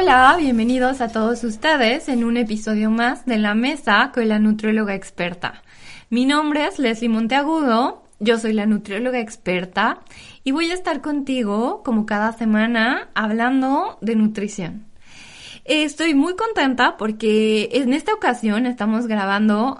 Hola, bienvenidos a todos ustedes en un episodio más de La Mesa con la nutrióloga experta. Mi nombre es Leslie Monteagudo, yo soy la nutrióloga experta y voy a estar contigo como cada semana hablando de nutrición. Estoy muy contenta porque en esta ocasión estamos grabando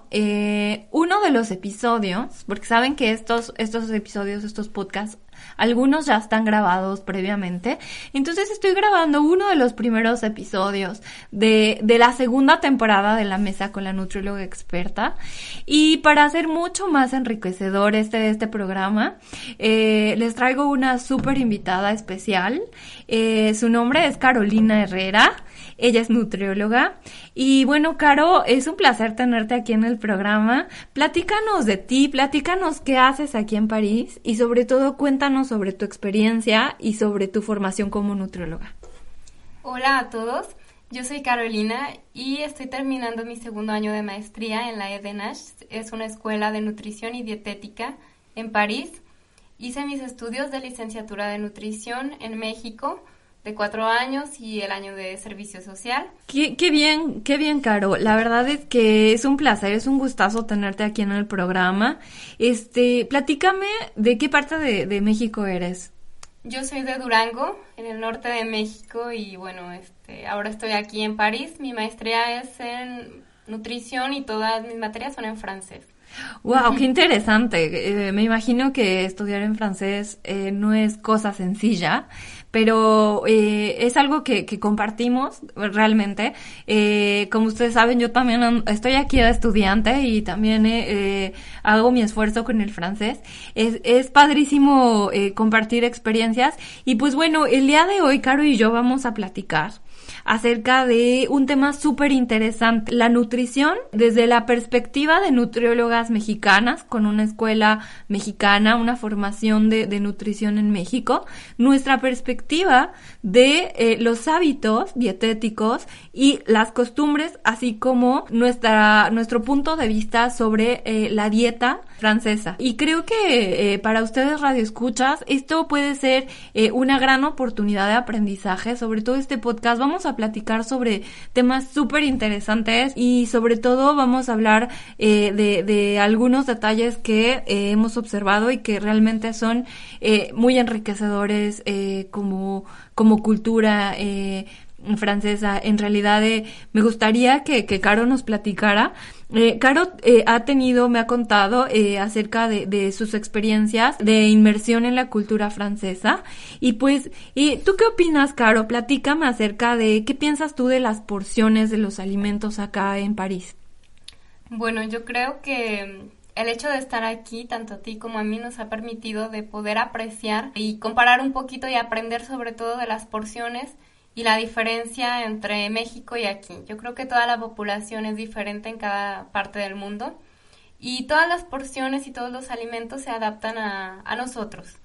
uno de los episodios, porque saben que estos episodios, estos podcasts, algunos ya están grabados previamente. Entonces estoy grabando uno de los primeros episodios de la segunda temporada de La Mesa con la nutrióloga experta. Y para hacer mucho más enriquecedor este programa, les traigo una súper invitada especial. Su nombre es Carolina Herrera. Ella es nutrióloga. Y bueno, Caro, es un placer tenerte aquí en el programa. Platícanos de ti, platícanos qué haces aquí en París y sobre todo cuéntanos sobre tu experiencia y sobre tu formación como nutrióloga. Hola a todos, yo soy Carolina y estoy terminando mi segundo año de maestría en la EDNASH. Es una escuela de nutrición y dietética en París. Hice mis estudios de licenciatura de nutrición en México, de 4 años y el año de servicio social. Qué bien, Caro. La verdad es que es un placer, es un gustazo tenerte aquí en el programa. Platícame de qué parte de México eres. Yo soy de Durango, en el norte de México, y bueno, ahora estoy aquí en París. Mi maestría es en nutrición y todas mis materias son en francés. Wow, qué interesante. Me imagino que estudiar en francés no es cosa sencilla, pero es algo que compartimos realmente. Como ustedes saben, yo también estoy aquí de estudiante y también hago mi esfuerzo con el francés. Es padrísimo compartir experiencias. Y pues bueno, el día de hoy, Caro y yo vamos a platicar acerca de un tema súper interesante, la nutrición desde la perspectiva de nutriólogas mexicanas, con una escuela mexicana, una formación de nutrición en México, nuestra perspectiva de los hábitos dietéticos y las costumbres, así como nuestro punto de vista sobre la dieta francesa. Y creo que para ustedes radioescuchas, esto puede ser una gran oportunidad de aprendizaje. Sobre todo este podcast vamos a platicar sobre temas súper interesantes y sobre todo vamos a hablar de algunos detalles que hemos observado y que realmente son muy enriquecedores como cultura francesa. En realidad me gustaría que Caro nos platicara. Caro me ha contado acerca de sus experiencias de inmersión en la cultura francesa. Y pues, ¿tú qué opinas, Caro? Platícame acerca de qué piensas tú de las porciones de los alimentos acá en París. Bueno, yo creo que el hecho de estar aquí, tanto a ti como a mí, nos ha permitido de poder apreciar y comparar un poquito y aprender sobre todo de las porciones y la diferencia entre México y aquí. Yo creo que toda la población es diferente en cada parte del mundo y todas las porciones y todos los alimentos se adaptan a nosotros.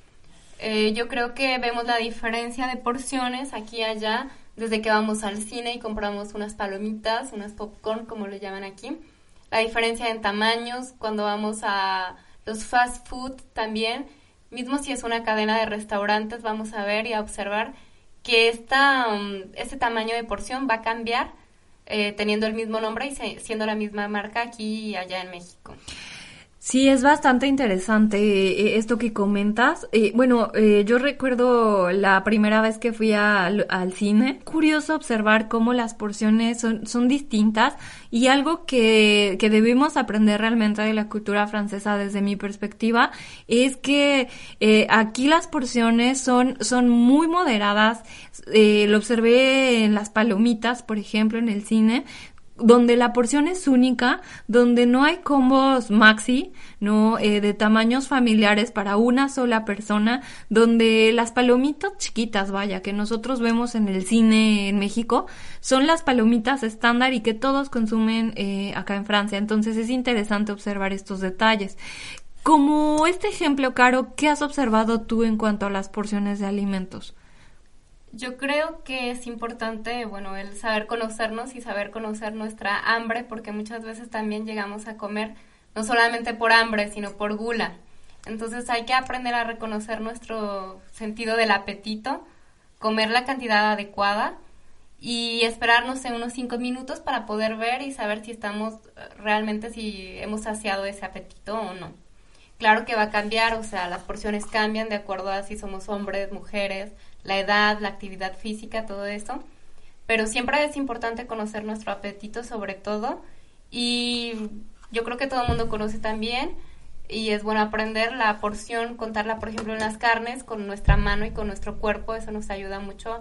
Yo creo que vemos la diferencia de porciones aquí y allá desde que vamos al cine y compramos unas palomitas, unas popcorn como le llaman aquí. La diferencia en tamaños cuando vamos a los fast food también, mismo si es una cadena de restaurantes, vamos a ver y a observar que este tamaño de porción va a cambiar teniendo el mismo nombre y siendo la misma marca aquí y allá en México. Sí, es bastante interesante esto que comentas. Yo recuerdo la primera vez que fui al cine. Curioso observar cómo las porciones son distintas y algo que debemos aprender realmente de la cultura francesa desde mi perspectiva es que aquí las porciones son muy moderadas. Lo observé en las palomitas, por ejemplo, en el cine, donde la porción es única, donde no hay combos maxi, no de tamaños familiares para una sola persona, donde las palomitas chiquitas, vaya, que nosotros vemos en el cine en México, son las palomitas estándar y que todos consumen acá en Francia. Entonces es interesante observar estos detalles. Como este ejemplo, Caro, ¿qué has observado tú en cuanto a las porciones de alimentos? Yo creo que es importante, el saber conocernos y saber conocer nuestra hambre, porque muchas veces también llegamos a comer no solamente por hambre, sino por gula. Entonces hay que aprender a reconocer nuestro sentido del apetito, comer la cantidad adecuada y esperar, no sé, unos 5 minutos para poder ver y saber si estamos realmente, si hemos saciado ese apetito o no. Claro que va a cambiar, o sea, las porciones cambian de acuerdo a si somos hombres, mujeres, la edad, la actividad física, todo eso, pero siempre es importante conocer nuestro apetito sobre todo, y yo creo que todo el mundo conoce también, y es bueno aprender la porción, contarla por ejemplo en las carnes con nuestra mano y con nuestro cuerpo. Eso nos ayuda mucho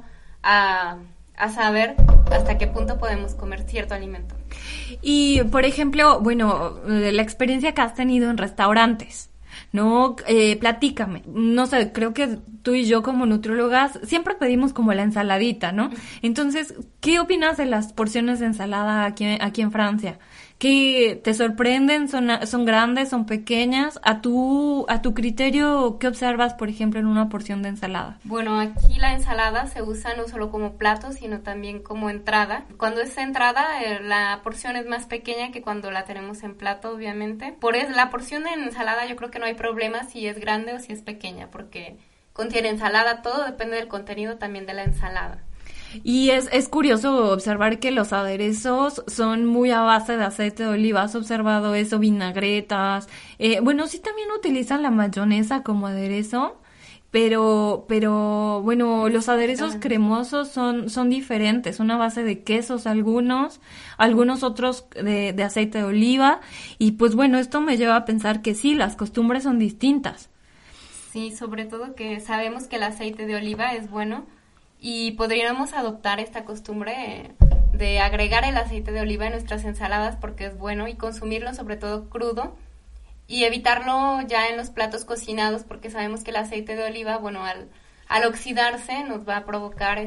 a saber hasta qué punto podemos comer cierto alimento. Y por ejemplo, bueno, la experiencia que has tenido en restaurantes, ¿no? Platícame. No sé, creo que tú y yo como nutriólogas siempre pedimos como la ensaladita, ¿no? Entonces, ¿qué opinas de las porciones de ensalada aquí en Francia? ¿Qué te sorprenden? ¿Son grandes? ¿Son pequeñas? A tu criterio, ¿qué observas, por ejemplo, en una porción de ensalada? Bueno, aquí la ensalada se usa no solo como plato, sino también como entrada. Cuando es entrada, la porción es más pequeña que cuando la tenemos en plato, obviamente. Por eso, la porción de ensalada yo creo que no hay problema si es grande o si es pequeña, porque contiene ensalada, todo depende del contenido también de la ensalada. Y es curioso observar que los aderezos son muy a base de aceite de oliva. ¿Has observado eso? Vinagretas. Bueno, sí también utilizan la mayonesa como aderezo, pero bueno, los aderezos cremosos son diferentes. Son a base de quesos algunos otros de aceite de oliva. Y pues bueno, esto me lleva a pensar que sí, las costumbres son distintas. Sí, sobre todo que sabemos que el aceite de oliva es bueno. Y podríamos adoptar esta costumbre de agregar el aceite de oliva en nuestras ensaladas porque es bueno, y consumirlo sobre todo crudo y evitarlo ya en los platos cocinados porque sabemos que el aceite de oliva, bueno, al oxidarse nos va a provocar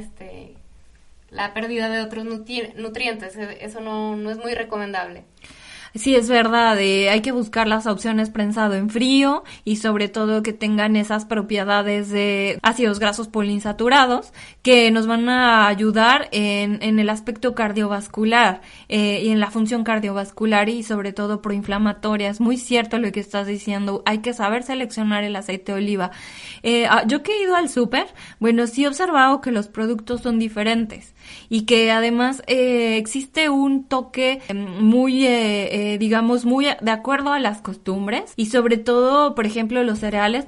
la pérdida de otros nutrientes. Eso no es muy recomendable. Sí, es verdad, hay que buscar las opciones prensado en frío y sobre todo que tengan esas propiedades de ácidos grasos poliinsaturados que nos van a ayudar en el aspecto cardiovascular y en la función cardiovascular y sobre todo proinflamatoria. Es muy cierto lo que estás diciendo, hay que saber seleccionar el aceite de oliva. Yo que he ido al súper, bueno, sí he observado que los productos son diferentes y que además existe un toque muy digamos muy de acuerdo a las costumbres y sobre todo, por ejemplo, los cereales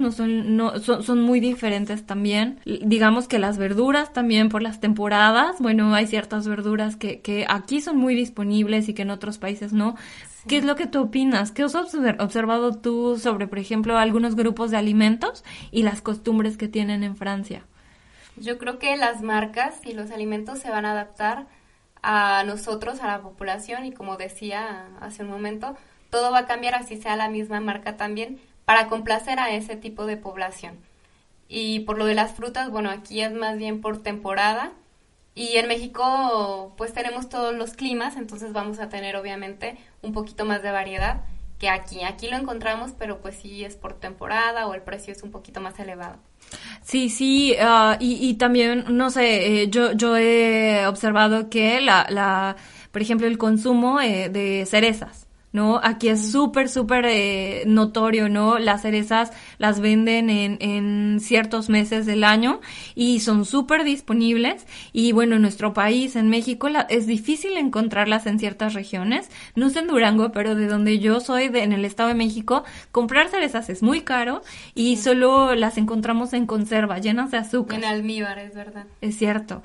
son muy diferentes también. Digamos que las verduras también por las temporadas, bueno, hay ciertas verduras que aquí son muy disponibles y que en otros países no. Sí. ¿Qué es lo que tú opinas? ¿Qué has observado tú sobre, por ejemplo, algunos grupos de alimentos y las costumbres que tienen en Francia? Yo creo que las marcas y los alimentos se van a adaptar a nosotros, a la población, y como decía hace un momento, todo va a cambiar así sea la misma marca también para complacer a ese tipo de población. Y por lo de las frutas, bueno, aquí es más bien por temporada y en México pues tenemos todos los climas, entonces vamos a tener obviamente un poquito más de variedad que aquí. Aquí lo encontramos, pero pues sí es por temporada o el precio es un poquito más elevado. Sí, y también, no sé, yo he observado que por ejemplo, el consumo de cerezas, ¿no? Aquí es súper notorio, ¿no? Las cerezas las venden en ciertos meses del año y son súper disponibles y bueno, en nuestro país, en México, es difícil encontrarlas en ciertas regiones. No sé en Durango, pero de donde yo soy, en el Estado de México, comprar cerezas es muy caro y solo las encontramos en conserva, llenas de azúcar. En almíbar, es verdad. Es cierto.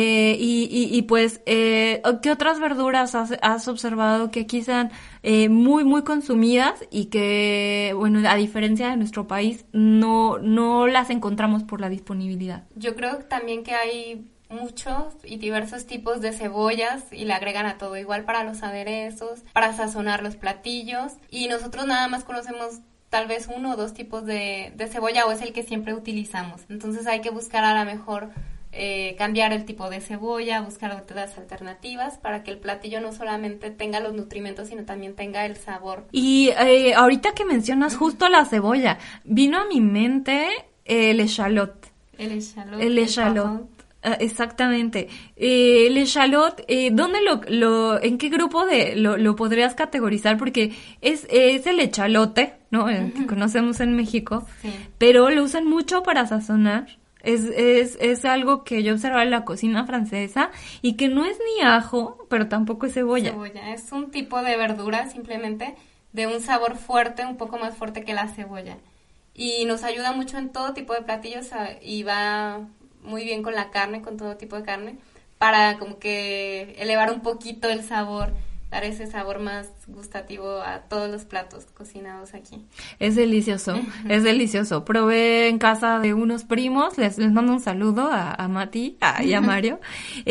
Y pues, ¿qué otras verduras has observado que aquí sean muy consumidas y que, bueno, a diferencia de nuestro país, no las encontramos por la disponibilidad? Yo creo también que hay muchos y diversos tipos de cebollas y le agregan a todo, igual para los aderezos, para sazonar los platillos, y nosotros nada más conocemos tal vez 1 o 2 tipos de cebolla, o es el que siempre utilizamos. Entonces hay que buscar a lo mejor cambiar el tipo de cebolla, buscar otras alternativas para que el platillo no solamente tenga los nutrimentos, sino también tenga el sabor. Y ahorita que mencionas justo la cebolla, vino a mi mente el echalot. El echalot. Exactamente. El echalot, ¿dónde en qué grupo lo podrías categorizar? Porque es el echalote, ¿no? El que conocemos en México, sí. Pero lo usan mucho para sazonar. Es algo que yo observo en la cocina francesa y que no es ni ajo, pero tampoco es cebolla. Cebolla, es un tipo de verdura simplemente de un sabor fuerte, un poco más fuerte que la cebolla. Y nos ayuda mucho en todo tipo de platillos y va muy bien con la carne, con todo tipo de carne, para como que elevar un poquito el sabor, dar ese sabor más gustativo a todos los platos cocinados aquí. Es delicioso, es delicioso. Probé en casa de unos primos, les mando un saludo a Mati y a Mario.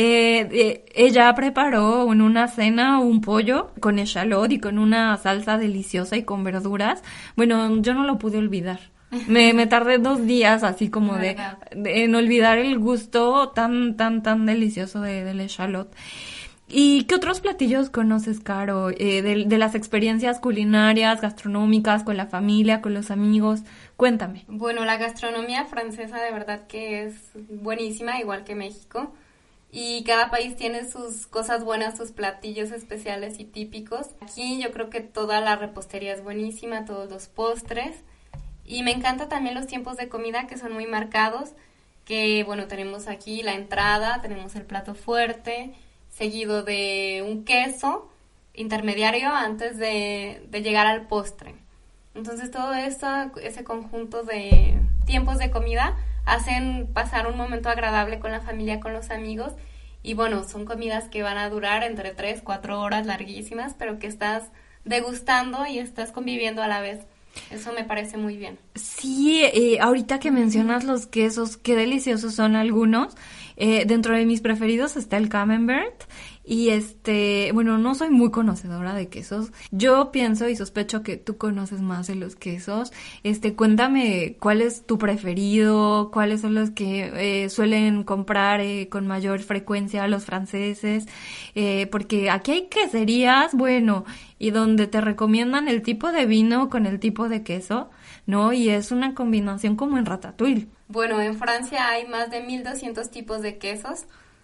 Ella preparó en una cena un pollo con echalot y con una salsa deliciosa y con verduras. Bueno, yo no lo pude olvidar. Me tardé 2 días así como en olvidar el gusto tan delicioso del echalot. ¿Y qué otros platillos conoces, Caro? De las experiencias culinarias, gastronómicas, con la familia, con los amigos. Cuéntame. Bueno, la gastronomía francesa de verdad que es buenísima, igual que México. Y cada país tiene sus cosas buenas, sus platillos especiales y típicos. Aquí yo creo que toda la repostería es buenísima, todos los postres. Y me encanta también los tiempos de comida que son muy marcados. Que bueno, tenemos aquí la entrada, tenemos el plato fuerte, seguido de un queso intermediario antes de llegar al postre. Entonces todo ese conjunto de tiempos de comida hacen pasar un momento agradable con la familia, con los amigos, y bueno, son comidas que van a durar entre 3-4 horas larguísimas, pero que estás degustando y estás conviviendo a la vez. Eso me parece muy bien. Sí, ahorita que mencionas los quesos, qué deliciosos son algunos. Dentro de mis preferidos está el Camembert y bueno, no soy muy conocedora de quesos. Yo pienso y sospecho que tú conoces más de los quesos. Cuéntame cuál es tu preferido, cuáles son los que suelen comprar con mayor frecuencia los franceses, porque aquí hay queserías, bueno, y donde te recomiendan el tipo de vino con el tipo de queso, ¿no? Y es una combinación como en Ratatouille. Bueno, en Francia hay más de 1200 tipos de quesos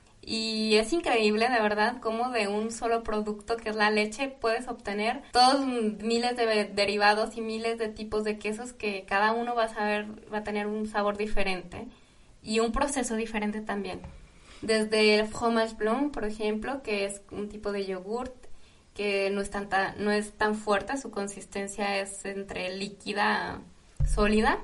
y es increíble, de verdad, cómo de un solo producto que es la leche puedes obtener todos miles de derivados y miles de tipos de quesos que cada uno va a tener un sabor diferente y un proceso diferente también. Desde el fromage blanc, por ejemplo, que es un tipo de yogurt que no es tan fuerte, su consistencia es entre líquida sólida,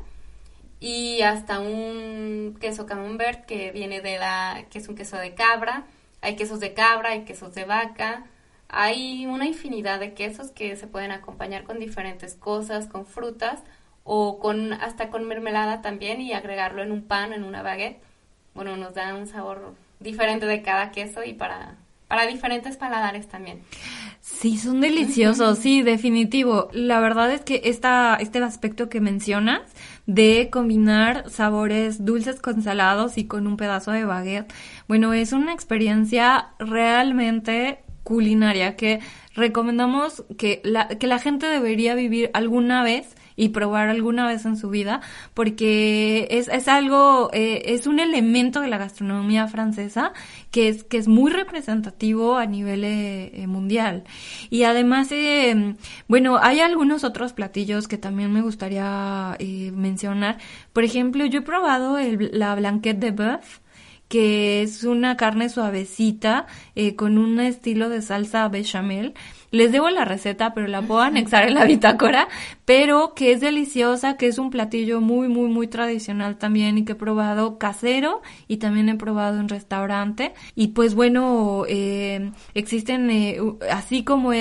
y hasta un queso camembert que viene que es un queso de cabra. Hay quesos de cabra, hay quesos de vaca, hay una infinidad de quesos que se pueden acompañar con diferentes cosas, con frutas o hasta con mermelada también, y agregarlo en un pan, en una baguette. Bueno, nos da un sabor diferente de cada queso y para diferentes paladares también. Sí, son deliciosos, sí, definitivo. La verdad es que este aspecto que mencionas de combinar sabores dulces con salados y con un pedazo de baguette, bueno, es una experiencia realmente culinaria que recomendamos que la gente debería vivir alguna vez y probar alguna vez en su vida, porque es algo, es un elemento de la gastronomía francesa que es muy representativo a nivel mundial. Y además, bueno, hay algunos otros platillos que también me gustaría mencionar. Por ejemplo, yo he probado la blanquette de bœuf, que es una carne suavecita con un estilo de salsa bechamel. Les debo la receta, pero la puedo anexar en la bitácora, pero que es deliciosa, que es un platillo muy tradicional también y que he probado casero y también he probado en restaurante. Y pues bueno, existen, así como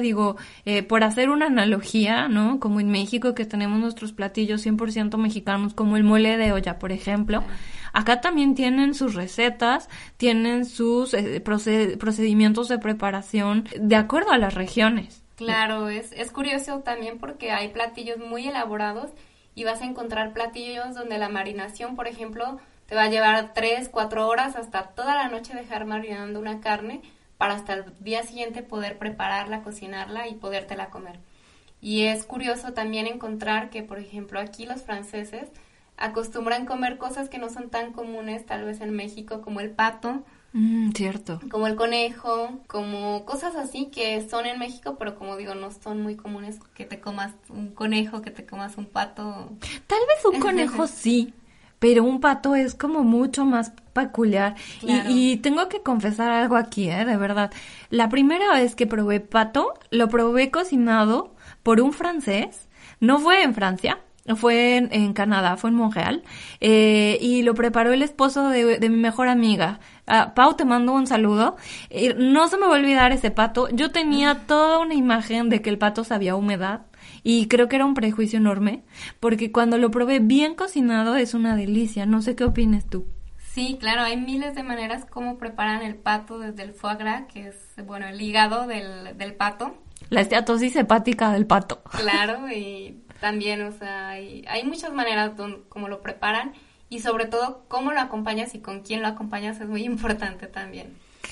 por hacer una analogía, ¿no? Como en México que tenemos nuestros platillos 100% mexicanos, como el mole de olla, por ejemplo. Acá también tienen sus recetas, tienen sus procedimientos de preparación de acuerdo a las regiones. Claro, es curioso también porque hay platillos muy elaborados y vas a encontrar platillos donde la marinación, por ejemplo, te va a llevar 3-4 horas, hasta toda la noche dejar marinando una carne para hasta el día siguiente poder prepararla, cocinarla y podértela comer. Y es curioso también encontrar que, por ejemplo, aquí los franceses acostumbran comer cosas que no son tan comunes tal vez en México, como el pato, cierto, como el conejo, como cosas así que son en México, pero como digo, no son muy comunes que te comas un conejo, que te comas un pato. Tal vez un conejo sí, pero un pato es como mucho más peculiar. Claro. Y tengo que confesar algo aquí, de verdad. La primera vez que probé pato, lo probé cocinado por un francés. No fue en Francia, fue en Canadá, fue en Montreal, y lo preparó el esposo de mi mejor amiga. Pau, te mando un saludo. No se me va a olvidar ese pato. Yo tenía toda una imagen de que el pato sabía a humedad, y creo que era un prejuicio enorme, porque cuando lo probé bien cocinado es una delicia. No sé qué opines tú. Sí, claro, hay miles de maneras como preparan el pato, desde el foie gras, que es, bueno, el hígado del pato. La esteatosis hepática del pato. Claro, y también, o sea, hay muchas maneras como lo preparan, y sobre todo cómo lo acompañas y con quién lo acompañas es muy importante también.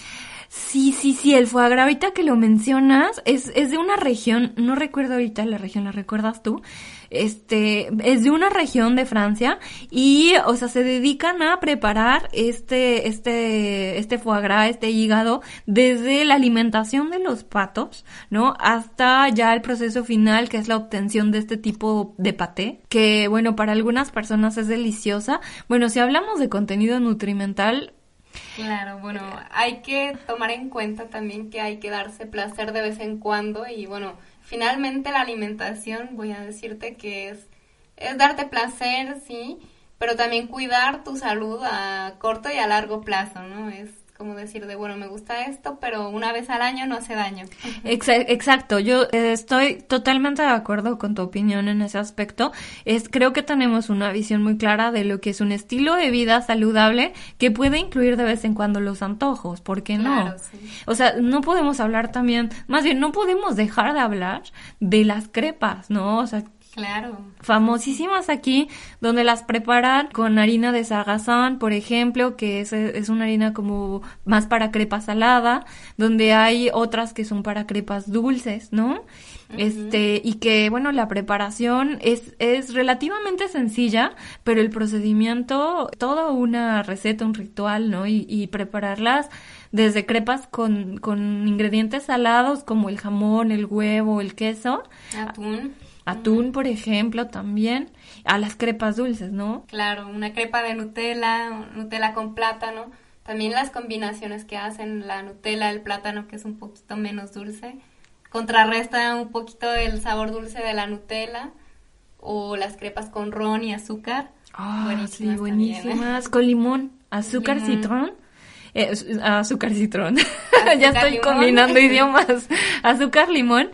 Sí, el foie gras, ahorita que lo mencionas, es de una región, no recuerdo ahorita la región, ¿la recuerdas tú? Es de una región de Francia, y, o sea, se dedican a preparar este foie gras, este hígado, desde la alimentación de los patos, ¿no? Hasta ya el proceso final, que es la obtención de este tipo de paté, que, bueno, para algunas personas es deliciosa. Bueno, si hablamos de contenido nutrimental, Claro, bueno, hay que tomar en cuenta también que hay que darse placer de vez en cuando, y bueno, finalmente la alimentación, voy a decirte que es darte placer, sí, pero también cuidar tu salud a corto y a largo plazo, ¿no? Es como decir de, bueno, me gusta esto, pero una vez al año no hace daño. Exacto, yo estoy totalmente de acuerdo con tu opinión en ese aspecto. Creo que tenemos una visión muy clara de lo que es un estilo de vida saludable, que puede incluir de vez en cuando los antojos, ¿por qué no? Claro, sí. O sea, no podemos hablar también, más bien no podemos dejar de hablar de las crepas, ¿no? O sea, Claro. famosísimas aquí, donde las preparan con harina de sarrasán, por ejemplo, que es una harina como más para crepa salada, donde hay otras que son para crepas dulces, ¿no? Y que, bueno, la preparación es relativamente sencilla, pero el procedimiento, toda una receta, un ritual, ¿no? Y prepararlas desde crepas con ingredientes salados como el jamón, el huevo, el queso. Atún, por ejemplo, también, a las crepas dulces, ¿no? Claro, una crepa de Nutella con plátano. También las combinaciones que hacen la Nutella, el plátano, que es un poquito menos dulce, contrarresta un poquito el sabor dulce de la Nutella. O las crepas con ron y azúcar. Sí, buenísimas. También, con limón, azúcar, citrón. Azúcar, citrón. Ya estoy limón. combinando idiomas. Azúcar, limón.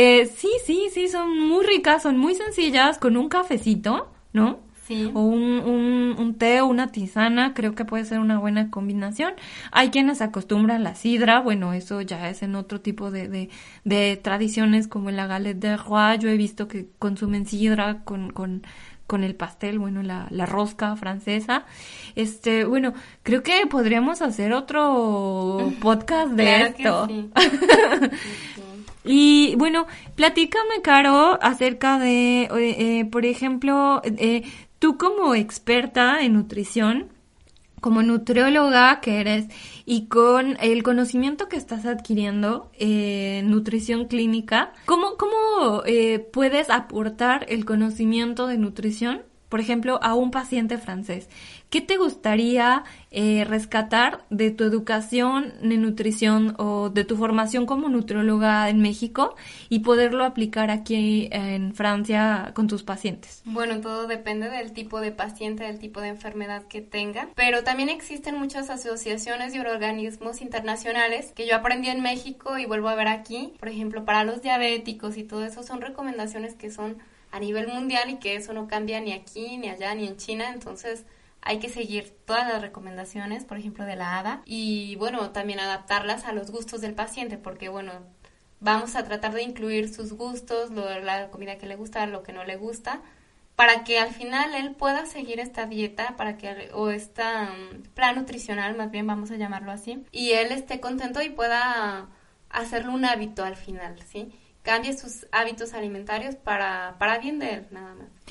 Sí, son muy ricas, son muy sencillas, con un cafecito, ¿no? Sí. O un té o una tisana, creo que puede ser una buena combinación. Hay quienes acostumbran la sidra, bueno, eso ya es en otro tipo de tradiciones, como en la galette de roi. Yo he visto que consumen sidra con el pastel, bueno, la rosca francesa. Bueno, creo que podríamos hacer otro podcast de claro esto. Que sí. Y bueno, platícame, Caro, acerca de, por ejemplo, tú como experta en nutrición, como nutrióloga que eres, y con el conocimiento que estás adquiriendo en nutrición clínica, ¿cómo puedes aportar el conocimiento de nutrición, por ejemplo, a un paciente francés? ¿Qué te gustaría rescatar de tu educación en nutrición o de tu formación como nutrióloga en México y poderlo aplicar aquí en Francia con tus pacientes? Bueno, todo depende del tipo de paciente, del tipo de enfermedad que tenga, pero también existen muchas asociaciones y organismos internacionales que yo aprendí en México y vuelvo a ver aquí. Por ejemplo, para los diabéticos y todo eso son recomendaciones que son a nivel mundial y que eso no cambia ni aquí, ni allá, ni en China. Entonces hay que seguir todas las recomendaciones, por ejemplo, de la ADA, y bueno, también adaptarlas a los gustos del paciente, porque bueno, vamos a tratar de incluir sus gustos, la comida que le gusta, lo que no le gusta, para que al final él pueda seguir esta dieta, o esta plan nutricional, más bien vamos a llamarlo así, y él esté contento y pueda hacerlo un hábito al final, ¿sí? Cambie sus hábitos alimentarios para bien de él, nada más.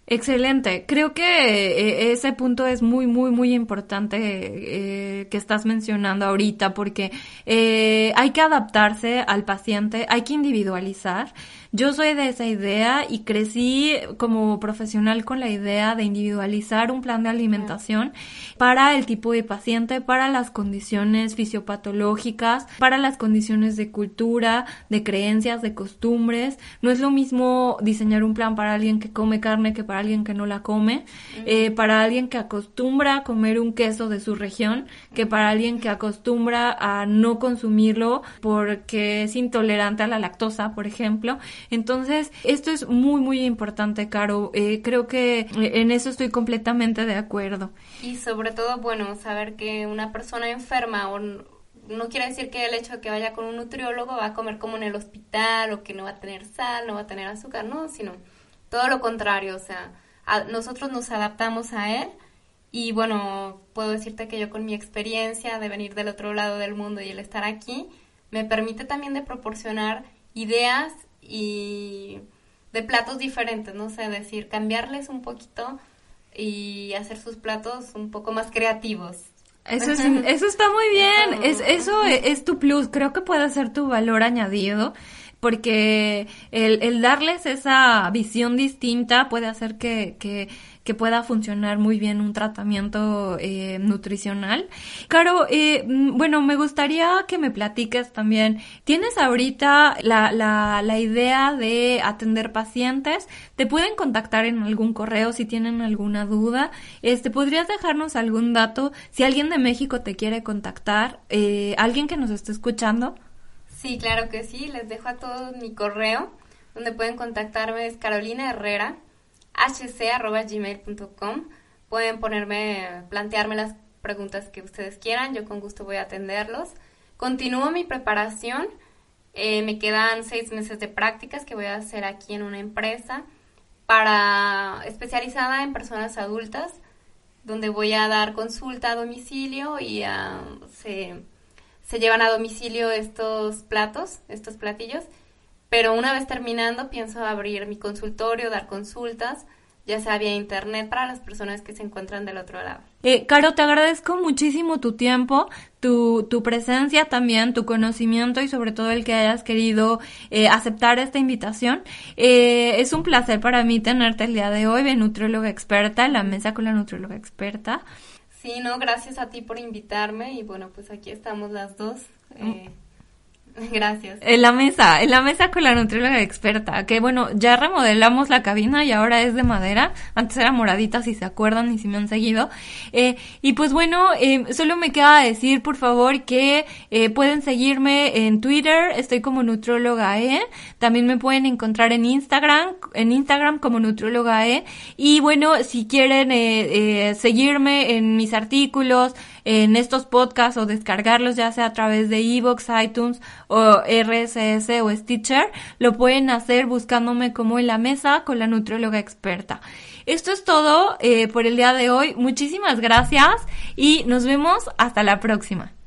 Excelente. Creo que ese punto es muy, muy, muy importante que estás mencionando ahorita, porque hay que adaptarse al paciente, hay que individualizar. Yo soy de esa idea y crecí como profesional con la idea de individualizar un plan de alimentación para el tipo de paciente, para las condiciones fisiopatológicas, para las condiciones de cultura, de creencias, de costumbres. No es lo mismo diseñar un plan para alguien que come carne que para alguien que no la come, para alguien que acostumbra a comer un queso de su región, que para alguien que acostumbra a no consumirlo porque es intolerante a la lactosa, por ejemplo. Entonces, esto es muy, muy importante, Caro. Creo que en eso estoy completamente de acuerdo. Y sobre todo, bueno, saber que una persona enferma no quiere decir que el hecho de que vaya con un nutriólogo va a comer como en el hospital o que no va a tener sal, no va a tener azúcar, no, sino todo lo contrario, o sea, nosotros nos adaptamos a él y bueno, puedo decirte que yo con mi experiencia de venir del otro lado del mundo y el estar aquí, me permite también de proporcionar ideas y de platos diferentes, no sé, decir, cambiarles un poquito y hacer sus platos un poco más creativos. Eso está muy bien, eso es tu plus, creo que puede ser tu valor añadido, porque el darles esa visión distinta puede hacer que pueda funcionar muy bien un tratamiento nutricional. Caro, bueno, me gustaría que me platiques también, ¿tienes ahorita la idea de atender pacientes? ¿Te pueden contactar en algún correo si tienen alguna duda? ¿Podrías dejarnos algún dato si alguien de México te quiere contactar? ¿Alguien que nos esté escuchando? Sí, claro que sí, les dejo a todos mi correo, donde pueden contactarme, es carolinaherrera@hc@gmail.com. Pueden plantearme las preguntas que ustedes quieran, yo con gusto voy a atenderlos. Continúo mi preparación, me quedan 6 meses de prácticas que voy a hacer aquí en una empresa especializada en personas adultas, donde voy a dar consulta a domicilio y se llevan a domicilio estos platillos, pero una vez terminando pienso abrir mi consultorio, dar consultas, ya sea vía internet para las personas que se encuentran del otro lado. Caro, te agradezco muchísimo tu tiempo, tu presencia también, tu conocimiento y sobre todo el que hayas querido aceptar esta invitación. Es un placer para mí tenerte el día de hoy de nutrióloga experta, en la mesa con la nutrióloga experta. Sí, no, gracias a ti por invitarme y bueno, pues aquí estamos las dos. Gracias. En la mesa con la nutrióloga experta, que bueno, ya remodelamos la cabina y ahora es de madera, antes era moradita si se acuerdan y si me han seguido, y pues bueno, solo me queda decir por favor que pueden seguirme en Twitter, estoy como nutriólogae, también me pueden encontrar en Instagram como nutriólogae, y bueno, si quieren seguirme en mis artículos, en estos podcasts o descargarlos ya sea a través de iVoox, iTunes o RSS o Stitcher, lo pueden hacer buscándome como En la Mesa con la nutrióloga experta. Esto es todo por el día de hoy. Muchísimas gracias y nos vemos hasta la próxima.